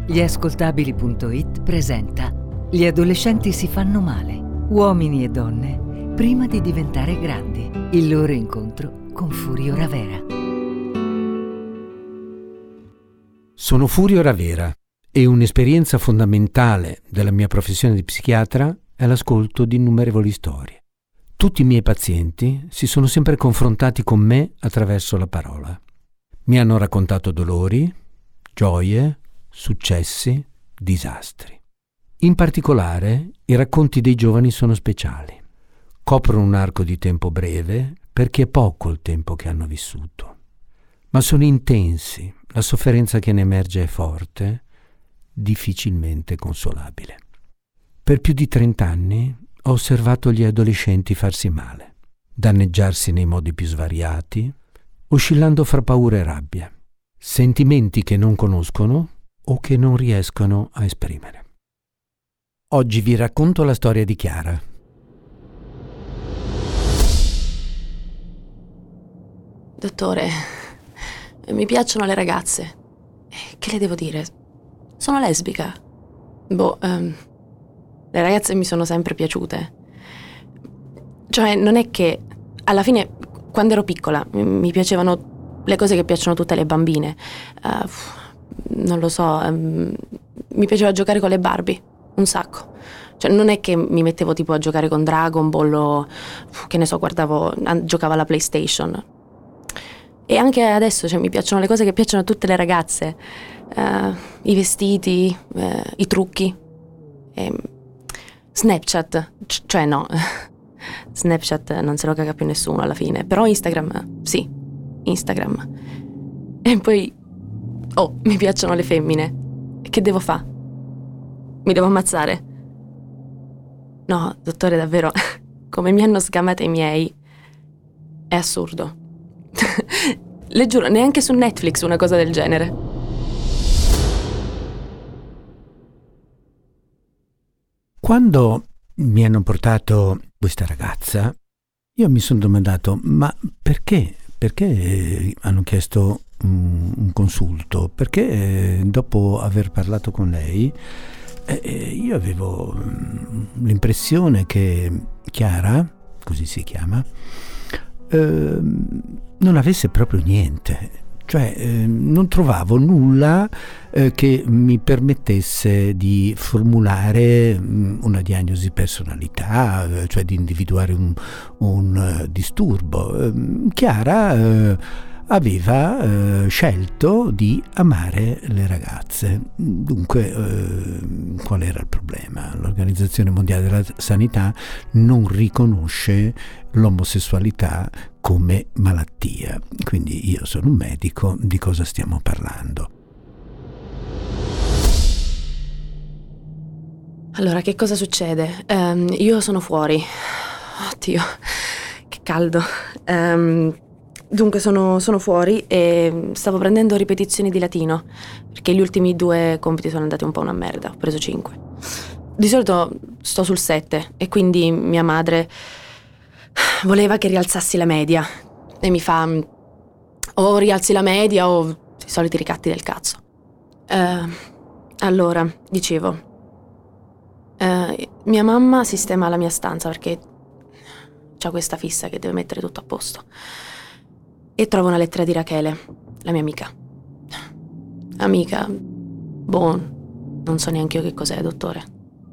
Gliascoltabili.it presenta Gli adolescenti si fanno male. Uomini e donne prima di diventare grandi. Il loro incontro con Furio Ravera. Sono Furio Ravera e un'esperienza fondamentale della mia professione di psichiatra è l'ascolto di innumerevoli storie. Tutti i miei pazienti si sono sempre confrontati con me attraverso la parola. Mi hanno raccontato dolori, gioie, successi, disastri. In particolare, i racconti dei giovani sono speciali. Coprono un arco di tempo breve perché è poco il tempo che hanno vissuto. Ma sono intensi, la sofferenza che ne emerge è forte, difficilmente consolabile. Per più di 30 anni ho osservato gli adolescenti farsi male, danneggiarsi nei modi più svariati, oscillando fra paura e rabbia, sentimenti che non conoscono o che non riescono a esprimere. Oggi vi racconto la storia di Chiara. Dottore, mi piacciono le ragazze. Che le devo dire? Sono lesbica. Le ragazze mi sono sempre piaciute. Cioè, non è che alla fine, quando ero piccola, mi piacevano le cose che piacciono a tutte le bambine. Non lo so, mi piaceva giocare con le Barbie, un sacco. Cioè, non è che mi mettevo tipo a giocare con Dragon Ball o, che ne so, giocavo alla PlayStation. E anche adesso, cioè, mi piacciono le cose che piacciono a tutte le ragazze. I vestiti, i trucchi. Snapchat, cioè no, Snapchat non se lo caga più nessuno alla fine. Però Instagram, sì, Instagram. E poi, mi piacciono le femmine. Che devo fare? Mi devo ammazzare? No, dottore, davvero, come mi hanno sgamata i miei, è assurdo. Le giuro, neanche su Netflix una cosa del genere. Quando mi hanno portato questa ragazza, io mi sono domandato, ma perché? Perché hanno chiesto un consulto? Perché dopo aver parlato con lei, io avevo l'impressione che Chiara, così si chiama, non avesse proprio niente. Cioè non trovavo nulla che mi permettesse di formulare una diagnosi personalità, cioè di individuare un disturbo. Chiara aveva scelto di amare le ragazze. Dunque, qual era il problema? L'Organizzazione Mondiale della Sanità non riconosce l'omosessualità come malattia. Quindi io sono un medico, di cosa stiamo parlando? Allora, che cosa succede? Io sono fuori. Oddio, che caldo. Dunque sono fuori e stavo prendendo ripetizioni di latino, perché gli ultimi 2 compiti sono andati un po' una merda, ho preso 5. Di solito sto sul 7 e quindi mia madre voleva che rialzassi la media e mi fa o rialzi la media o i soliti ricatti del cazzo. Allora, dicevo, mia mamma sistema la mia stanza perché c'ha questa fissa che deve mettere tutto a posto. E trovo una lettera di Rachele, la mia amica. Amica, non so neanche io che cos'è, dottore.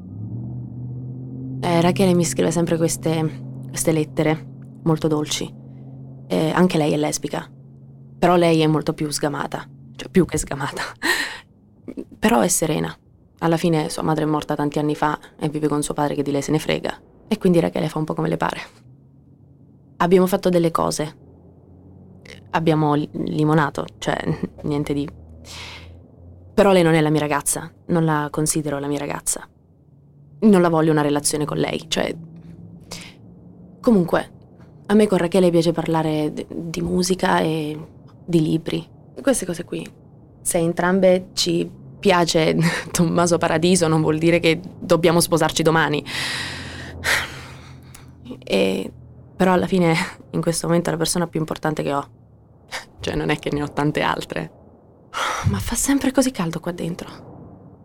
Rachele mi scrive sempre queste lettere molto dolci. Anche lei è lesbica, però lei è molto più sgamata, cioè più che sgamata. Però è serena. Alla fine sua madre è morta tanti anni fa e vive con suo padre che di lei se ne frega. E quindi Rachele fa un po' come le pare. Abbiamo fatto delle cose. Abbiamo limonato, cioè niente di... Però lei non è la mia ragazza, non la considero la mia ragazza. Non la voglio una relazione con lei, cioè... Comunque, a me con Rachele piace parlare di musica e di libri, queste cose qui. Se entrambe ci piace Tommaso Paradiso non vuol dire che dobbiamo sposarci domani. Però alla fine in questo momento è la persona più importante che ho. Cioè non è che ne ho tante altre. Ma fa sempre così caldo qua dentro.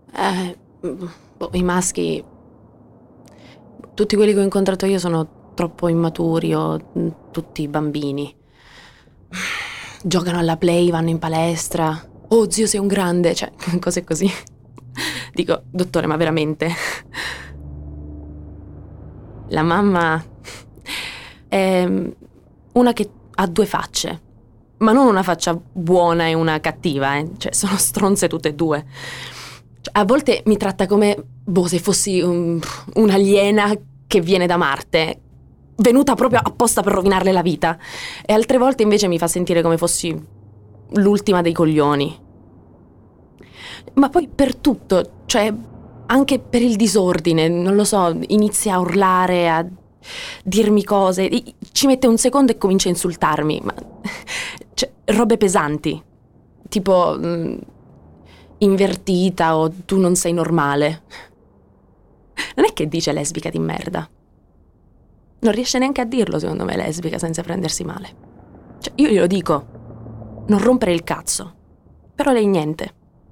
I maschi, tutti quelli che ho incontrato io sono troppo immaturi o tutti bambini. Giocano alla play, vanno in palestra. Oh zio, sei un grande, cioè cose così. Dico, dottore, ma veramente? La mamma è una che ha due facce, ma non una faccia buona e una cattiva, Cioè sono stronze tutte e due. Cioè, a volte mi tratta come, se fossi un'aliena che viene da Marte, venuta proprio apposta per rovinarle la vita, e altre volte invece mi fa sentire come fossi l'ultima dei coglioni. Ma poi per tutto, cioè anche per il disordine, non lo so, inizia a urlare, a dirmi cose, ci mette un secondo e comincia a insultarmi, ma cioè, robe pesanti, tipo invertita o tu non sei normale. Non è che dice lesbica di merda. Non riesce neanche a dirlo, secondo me, lesbica, senza prendersi male. Cioè, io glielo dico, non rompere il cazzo. Però lei niente.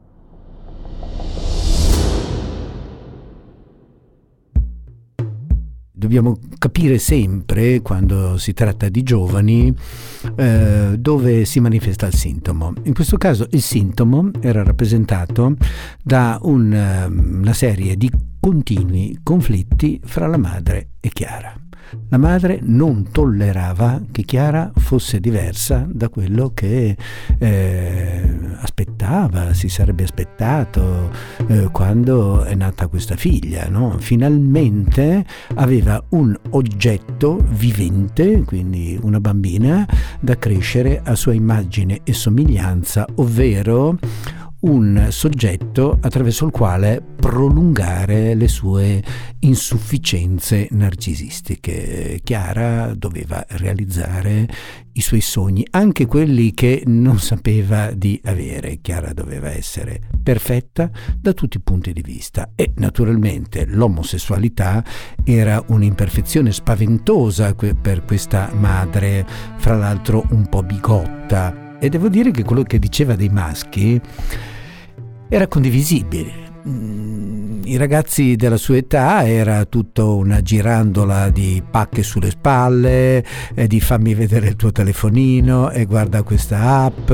Dobbiamo capire sempre, quando si tratta di giovani, dove si manifesta il sintomo. In questo caso il sintomo era rappresentato da una serie di continui conflitti fra la madre e Chiara. La madre non tollerava che Chiara fosse diversa da quello che aspettava, si sarebbe aspettato quando è nata questa figlia, no? Finalmente aveva un oggetto vivente, quindi una bambina, da crescere a sua immagine e somiglianza, ovvero un soggetto attraverso il quale prolungare le sue insufficienze narcisistiche. Chiara doveva realizzare i suoi sogni, anche quelli che non sapeva di avere. Chiara doveva essere perfetta da tutti i punti di vista e naturalmente l'omosessualità era un'imperfezione spaventosa per questa madre, fra l'altro un po' bigotta. E devo dire che quello che diceva dei maschi era condivisibile. I ragazzi della sua età era tutto una girandola di pacche sulle spalle e di fammi vedere il tuo telefonino e guarda questa app.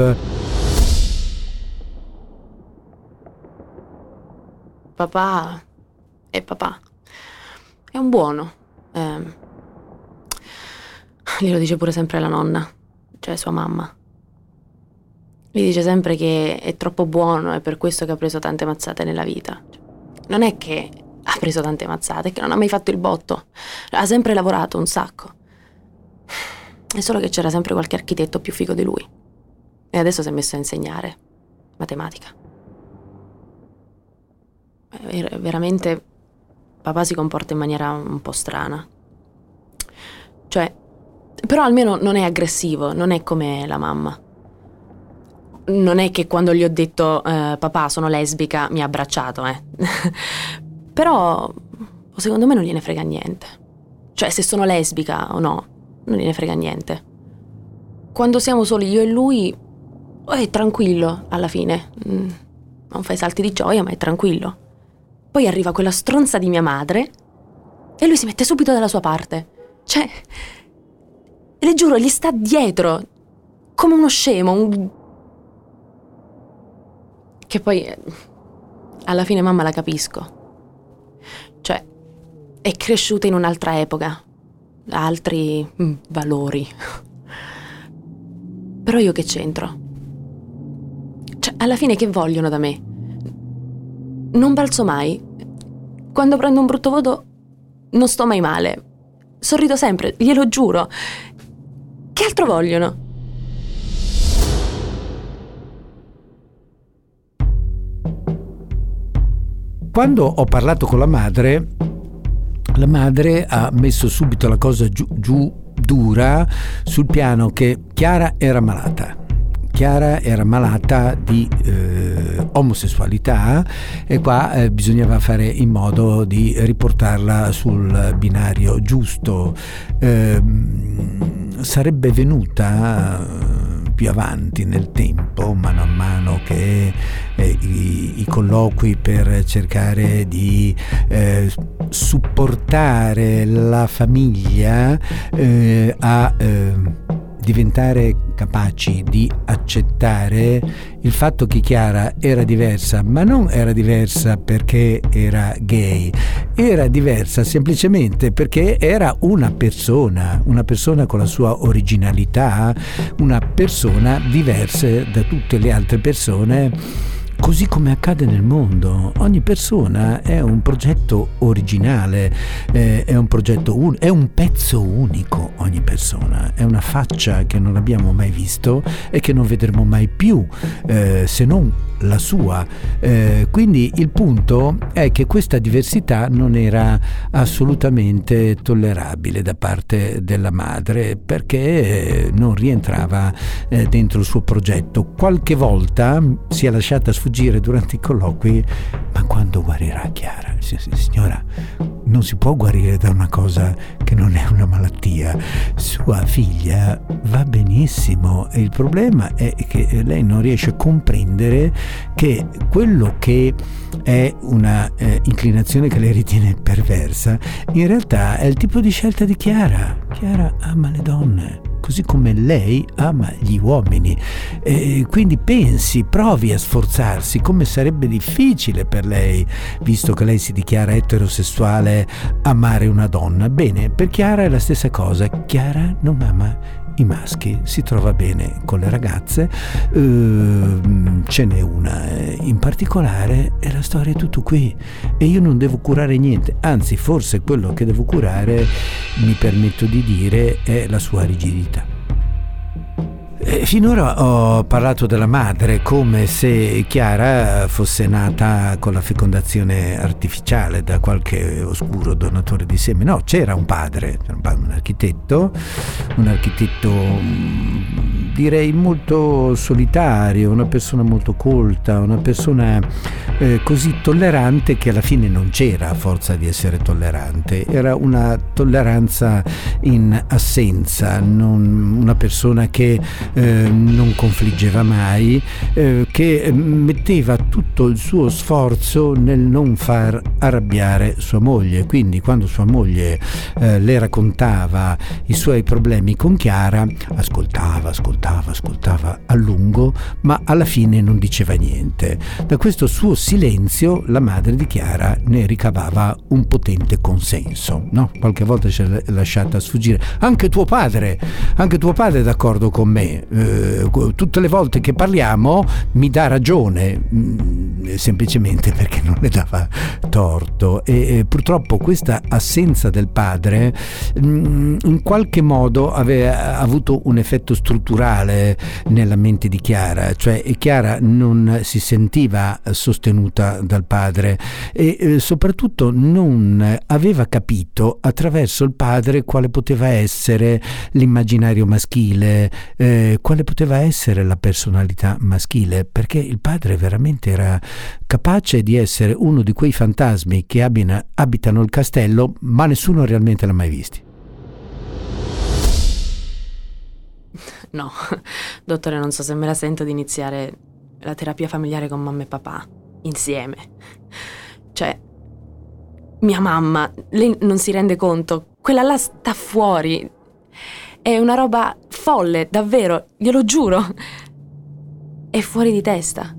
Papà è papà. È un buono. Glielo dice pure sempre la nonna, cioè sua mamma. Gli dice sempre che è troppo buono, è per questo che ha preso tante mazzate nella vita. Non è che ha preso tante mazzate, è che non ha mai fatto il botto. Ha sempre lavorato un sacco. È solo che c'era sempre qualche architetto più figo di lui. E adesso si è messo a insegnare matematica. Veramente papà si comporta in maniera un po' strana. Cioè, però almeno non è aggressivo, non è come la mamma. Non è che quando gli ho detto papà sono lesbica mi ha abbracciato, Però secondo me non gliene frega niente. Cioè se sono lesbica o no, non gliene frega niente. Quando siamo soli io e lui è tranquillo alla fine. Non fa i salti di gioia, ma è tranquillo. Poi arriva quella stronza di mia madre e lui si mette subito dalla sua parte. Cioè, le giuro, gli sta dietro come uno scemo, Che poi alla fine mamma la capisco. Cioè, è cresciuta in un'altra epoca, altri valori. Però io che c'entro? Cioè, alla fine che vogliono da me? Non balzo mai. Quando prendo un brutto voto non sto mai male. Sorrido sempre, glielo giuro. Che altro vogliono? Quando ho parlato con la madre ha messo subito la cosa giù dura sul piano che Chiara era malata. Chiara era malata di omosessualità e qua bisognava fare in modo di riportarla sul binario giusto. Sarebbe venuta più avanti nel tempo, mano a mano che i colloqui per cercare di supportare la famiglia a diventare capaci di accettare il fatto che Chiara era diversa, ma non era diversa perché era gay, era diversa semplicemente perché era una persona con la sua originalità, una persona diversa da tutte le altre persone. Così come accade nel mondo, ogni persona è un progetto originale, è un progetto è un pezzo unico, ogni persona, è una faccia che non abbiamo mai visto e che non vedremo mai più, se non la sua. Quindi il punto è che questa diversità non era assolutamente tollerabile da parte della madre, perché non rientrava dentro il suo progetto. Qualche volta si è lasciata sfuggire durante i colloqui: ma quando guarirà Chiara? Signora, non si può guarire da una cosa che non è una malattia. Sua figlia va benissimo, e il problema è che lei non riesce a comprendere che quello che è una inclinazione che lei ritiene perversa in realtà è il tipo di scelta di Chiara. Chiara ama le donne, così come lei ama gli uomini, quindi provi a sforzarsi come sarebbe difficile per lei, visto che lei si dichiara eterosessuale, amare una donna. Bene, per Chiara è la stessa cosa. Chiara non ama i maschi, si trova bene con le ragazze, ce n'è una in particolare, e la storia è tutto qui, e io non devo curare niente, anzi forse quello che devo curare, mi permetto di dire, è la sua rigidità. Finora ho parlato della madre come se Chiara fosse nata con la fecondazione artificiale da qualche oscuro donatore di seme. No, c'era un padre, un architetto direi molto solitario, una persona molto colta, una persona così tollerante che alla fine non c'era a forza di essere tollerante, era una tolleranza in assenza, una persona che non confliggeva mai, che metteva tutto il suo sforzo nel non far arrabbiare sua moglie. Quindi quando sua moglie le raccontava i suoi problemi con Chiara, ascoltava a lungo, ma alla fine non diceva niente. Da questo suo silenzio la madre di Chiara ne ricavava un potente consenso, no? Qualche volta ci è lasciata sfuggire: anche tuo padre è d'accordo con me, tutte le volte che parliamo mi dà ragione, semplicemente perché non le dava torto. E purtroppo questa assenza del padre in qualche modo aveva avuto un effetto strutturale nella mente di Chiara, cioè Chiara non si sentiva sostenuta dal padre e soprattutto non aveva capito attraverso il padre quale poteva essere l'immaginario maschile, quale poteva essere la personalità maschile, perché il padre veramente era capace di essere uno di quei fantasmi che abitano il castello, ma nessuno realmente l'ha mai visti. No, dottore, non so se me la sento di iniziare la terapia familiare con mamma e papà insieme. Cioè, mia mamma, lei non si rende conto, quella là sta fuori. È una roba folle, davvero, glielo giuro. È fuori di testa.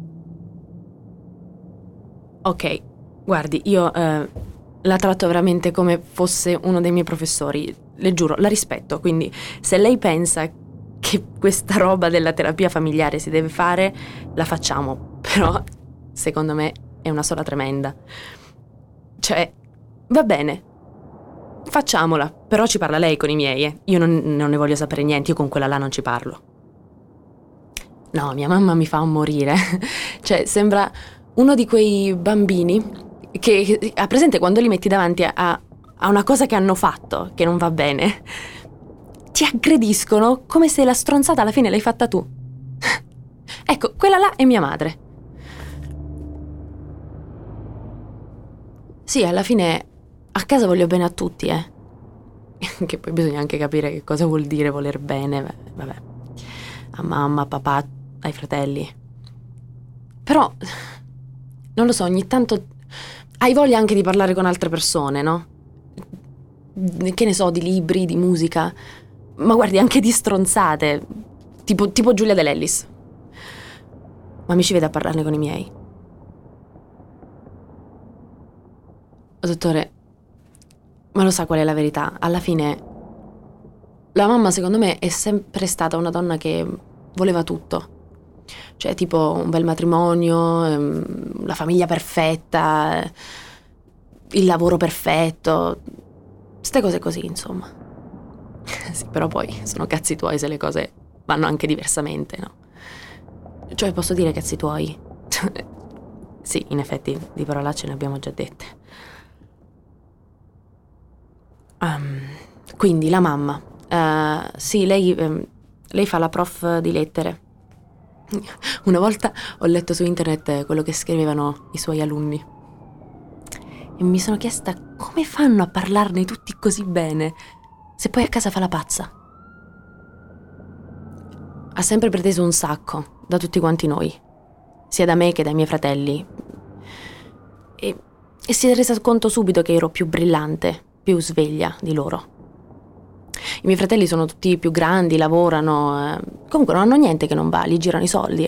Ok, guardi, io la tratto veramente come fosse uno dei miei professori. Le giuro, la rispetto, quindi se lei pensa che questa roba della terapia familiare si deve fare, la facciamo. Però, secondo me, è una sola tremenda. Cioè, va bene, facciamola, però ci parla lei con i miei, Io non ne voglio sapere niente, io con quella là non ci parlo. No, mia mamma mi fa morire. Cioè, sembra uno di quei bambini che ha presente quando li metti davanti a una cosa che hanno fatto, che non va bene. Ti aggrediscono come se la stronzata alla fine l'hai fatta tu. Ecco, quella là è mia madre. Sì, alla fine a casa voglio bene a tutti, Che poi bisogna anche capire che cosa vuol dire voler bene, vabbè. a mamma, a papà, ai fratelli. Però, non lo so, ogni tanto hai voglia anche di parlare con altre persone, no? Che ne so, di libri, di musica, ma guardi, anche di stronzate, tipo Giulia De Lellis. Ma mi ci vede a parlarne con i miei. Dottore, ma lo sa qual è la verità? Alla fine, la mamma secondo me è sempre stata una donna che voleva tutto. Cioè tipo un bel matrimonio, la famiglia perfetta, il lavoro perfetto, ste cose così, insomma. Sì, però poi sono cazzi tuoi se le cose vanno anche diversamente, no? Cioè posso dire cazzi tuoi? Sì, in effetti di parolacce ne abbiamo già dette. Quindi la mamma, sì, lei fa la prof di lettere. Una volta ho letto su internet quello che scrivevano i suoi alunni e mi sono chiesta come fanno a parlarne tutti così bene se poi a casa fa la pazza. Ha sempre preteso un sacco da tutti quanti noi, sia da me che dai miei fratelli, e si è resa conto subito che ero più brillante, più sveglia di loro. I miei fratelli sono tutti più grandi, lavorano, comunque non hanno niente che non va, gli girano i soldi,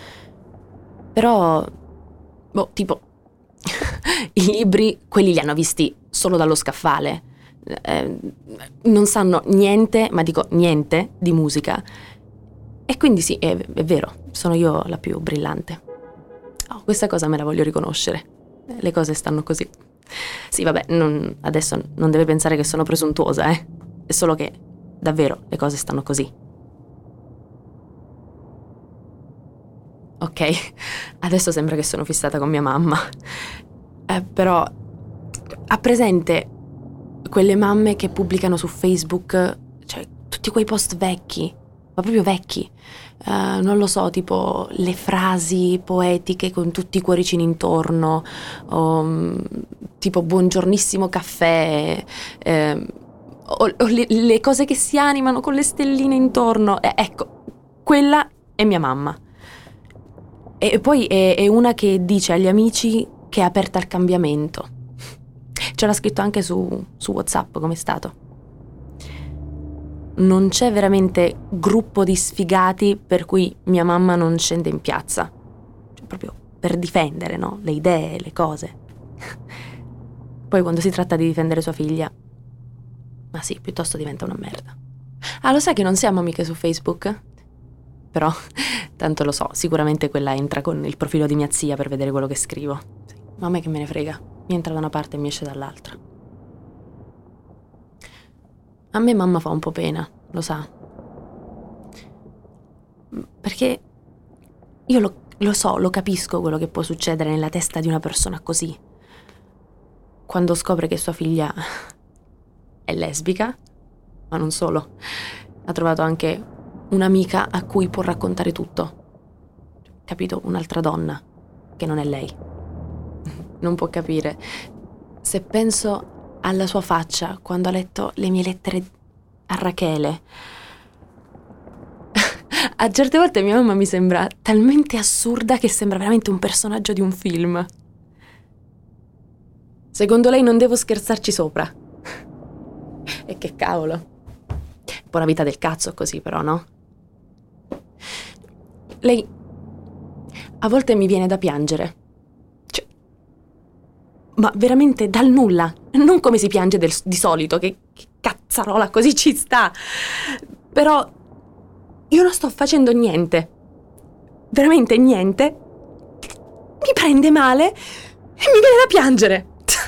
Però, tipo, i libri, quelli li hanno visti solo dallo scaffale. Non sanno niente, ma dico niente, di musica. E quindi sì, è vero, sono io la più brillante. Questa cosa me la voglio riconoscere. Le cose stanno così. Sì, vabbè, adesso non deve pensare che sono presuntuosa, È solo che, davvero, le cose stanno così. Ok, adesso sembra che sono fissata con mia mamma. Però, ha presente quelle mamme che pubblicano su Facebook, cioè, tutti quei post vecchi, ma proprio vecchi. Non lo so, tipo le frasi poetiche con tutti i cuoricini intorno, o tipo buongiornissimo caffè, o le cose che si animano con le stelline intorno. Ecco, quella è mia mamma. E poi è una che dice agli amici che è aperta al cambiamento. Ce l'ha scritto anche su WhatsApp, come è stato. Non c'è veramente gruppo di sfigati per cui mia mamma non scende in piazza. Cioè, proprio per difendere, no? Le idee, le cose. Poi quando si tratta di difendere sua figlia, ma sì, piuttosto diventa una merda. Lo sai che non siamo amiche su Facebook? Però, tanto lo so, sicuramente quella entra con il profilo di mia zia per vedere quello che scrivo. Sì, ma a me che me ne frega, mi entra da una parte e mi esce dall'altra. A me mamma fa un po' pena, lo sa. Perché io lo so, lo capisco quello che può succedere nella testa di una persona così. Quando scopre che sua figlia è lesbica, ma non solo. Ha trovato anche un'amica a cui può raccontare tutto. Capito? Un'altra donna, che non è lei. Non può capire. Se penso alla sua faccia quando ha letto le mie lettere a Rachele, a certe volte mia mamma mi sembra talmente assurda che sembra veramente un personaggio di un film. Secondo lei non devo scherzarci sopra. E che cavolo. Buona vita del cazzo così, però, no? Lei a volte mi viene da piangere. Cioè, ma veramente dal nulla. Non come si piange di solito, che cazzarola, così ci sta. Però io non sto facendo niente. Veramente niente. Mi prende male e mi viene da piangere.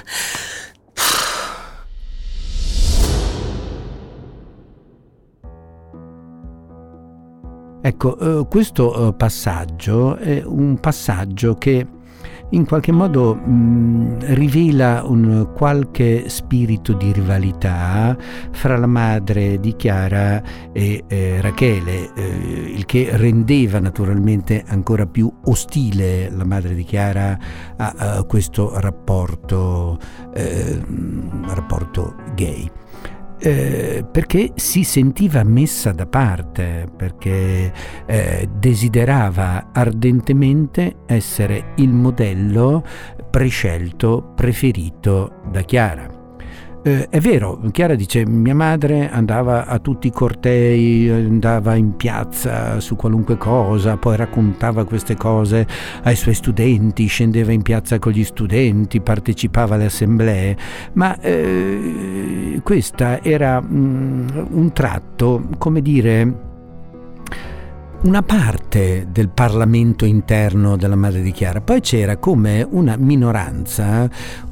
Ecco, questo passaggio è un passaggio che in qualche modo rivela un qualche spirito di rivalità fra la madre di Chiara e Rachele, il che rendeva naturalmente ancora più ostile la madre di Chiara a questo rapporto gay. perché si sentiva messa da parte, perché desiderava ardentemente essere il modello prescelto, preferito da Chiara. È vero, Chiara dice: mia madre andava a tutti i cortei, andava in piazza su qualunque cosa, poi raccontava queste cose ai suoi studenti, scendeva in piazza con gli studenti, partecipava alle assemblee, ma questa era un tratto, come dire, una parte del Parlamento interno della madre di Chiara. Poi c'era come una minoranza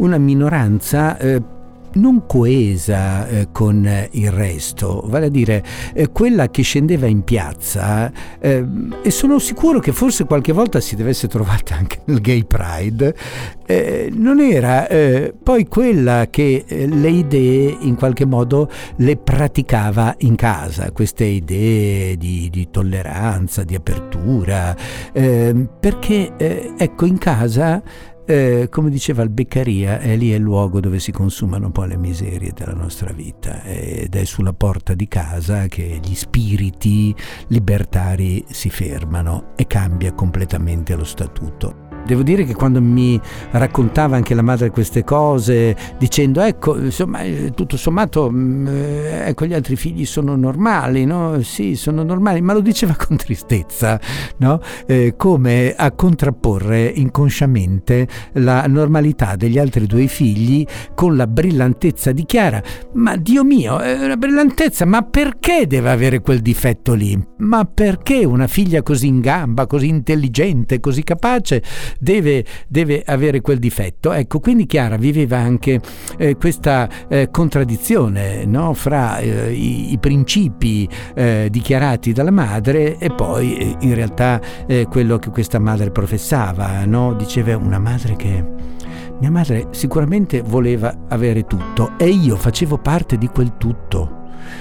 non coesa con il resto, vale a dire quella che scendeva in piazza, e sono sicuro che forse qualche volta si deve essere trovata anche nel Gay Pride, non era poi quella che le idee in qualche modo le praticava in casa, queste idee di tolleranza, di apertura, perché ecco, in casa, come diceva il Beccaria, lì è il luogo dove si consumano un po' le miserie della nostra vita, ed è sulla porta di casa che gli spiriti libertari si fermano e cambia completamente lo statuto. Devo dire che quando mi raccontava anche la madre queste cose, dicendo ecco, insomma, tutto sommato, ecco, gli altri figli sono normali, no? Sì, sono normali, ma lo diceva con tristezza, no? Come a contrapporre inconsciamente la normalità degli altri due figli con la brillantezza di Chiara. Ma Dio mio, è una brillantezza, ma perché deve avere quel difetto lì? Ma perché una figlia così in gamba, così intelligente, così capace deve avere quel difetto? Ecco, quindi Chiara viveva anche questa contraddizione, no? Fra i principi dichiarati dalla madre e poi in realtà quello che questa madre professava, no? Diceva mia madre sicuramente voleva avere tutto e io facevo parte di quel tutto.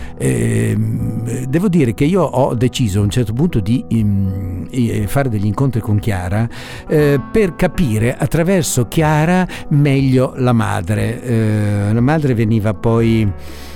Devo dire che io ho deciso a un certo punto di fare degli incontri con Chiara per capire attraverso Chiara meglio la madre. La madre veniva poi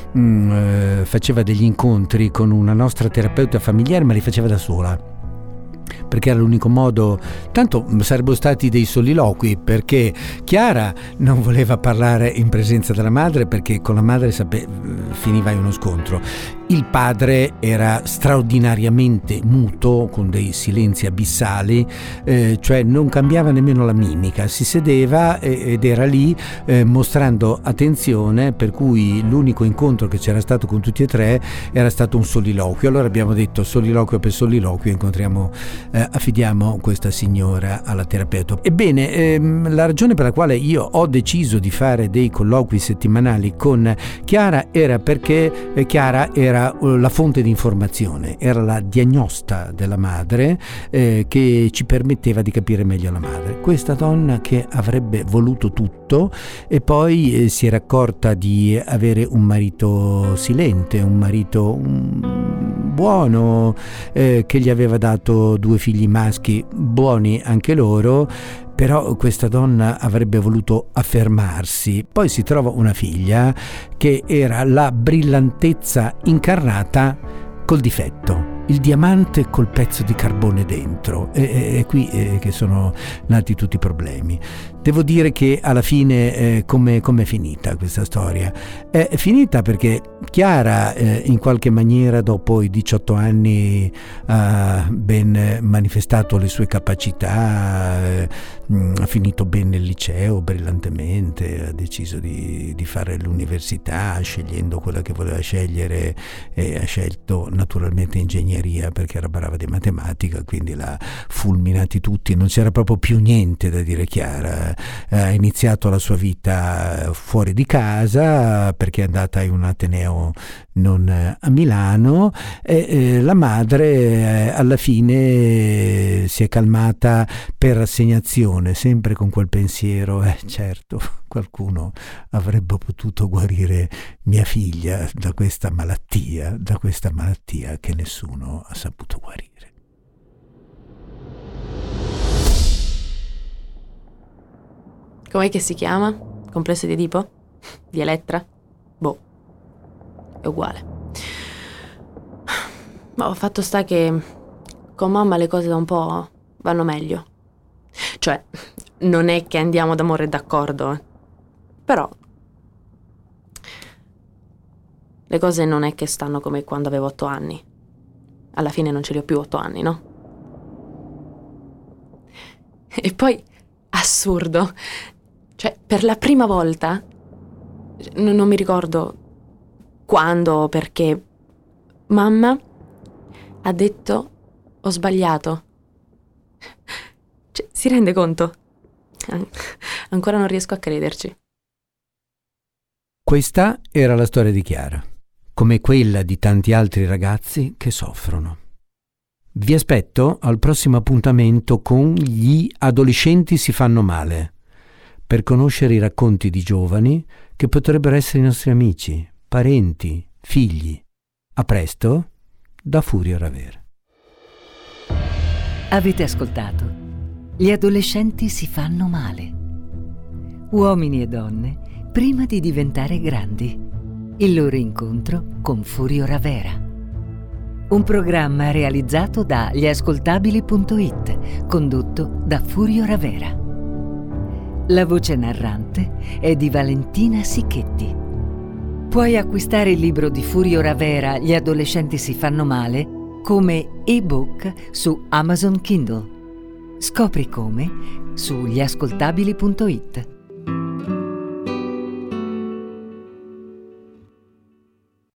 faceva degli incontri con una nostra terapeuta familiare, ma li faceva da sola, perché era l'unico modo. Tanto sarebbero stati dei soliloqui, perché Chiara non voleva parlare in presenza della madre, perché con la madre finiva in uno scontro. Il padre era straordinariamente muto, con dei silenzi abissali, cioè non cambiava nemmeno la mimica, si sedeva ed era lì mostrando attenzione, per cui l'unico incontro che c'era stato con tutti e tre era stato un soliloquio. Allora abbiamo detto: soliloquio per soliloquio, affidiamo questa signora alla terapeuta. Ebbene, la ragione per la quale io ho deciso di fare dei colloqui settimanali con Chiara era perché Chiara era la fonte di informazione, era la diagnosta della madre, che ci permetteva di capire meglio la madre. Questa donna che avrebbe voluto tutto e poi si era accorta di avere un marito silente, un marito buono, che gli aveva dato 2 figli maschi, buoni anche loro. Però questa donna avrebbe voluto affermarsi. Poi si trova una figlia che era la brillantezza incarnata col difetto, il diamante col pezzo di carbone dentro. È qui che sono nati tutti i problemi. Devo dire che alla fine come è finita questa storia? È finita perché Chiara in qualche maniera dopo i 18 anni ha ben manifestato le sue capacità, ha finito bene il liceo brillantemente, ha deciso di fare l'università scegliendo quella che voleva scegliere e ha scelto naturalmente ingegneria perché era brava di matematica, quindi l'ha fulminati tutti, non c'era proprio più niente da dire. Chiara ha iniziato la sua vita fuori di casa perché è andata in un ateneo non a Milano, e la madre alla fine si è calmata per rassegnazione, sempre con quel pensiero: certo, qualcuno avrebbe potuto guarire mia figlia da questa malattia che nessuno ha saputo guarire. Com'è che si chiama? Complesso di Edipo? Di Elettra? Boh. è uguale. Ma fatto sta che con mamma le cose da un po' vanno meglio. Cioè, non è che andiamo d'amore d'accordo, però le cose non è che stanno come quando avevo 8 anni. Alla fine non ce li ho più 8 anni, no? E poi, assurdo, cioè per la prima volta, non mi ricordo quando o perché, mamma ha detto ho sbagliato. Cioè, si rende conto? Ancora non riesco a crederci. Questa era la storia di Chiara, come quella di tanti altri ragazzi che soffrono. Vi aspetto al prossimo appuntamento con Gli adolescenti si fanno male, per conoscere i racconti di giovani che potrebbero essere i nostri amici, parenti, figli. A presto, da Furio Ravera. Avete ascoltato Gli adolescenti si fanno male. Uomini e donne prima di diventare grandi. Il loro incontro con Furio Ravera. Un programma realizzato da gliascoltabili.it, condotto da Furio Ravera. La voce narrante è di Valentina Sicchetti. Puoi acquistare il libro di Furio Ravera, Gli adolescenti si fanno male, come ebook su Amazon Kindle. Scopri come su gliascoltabili.it.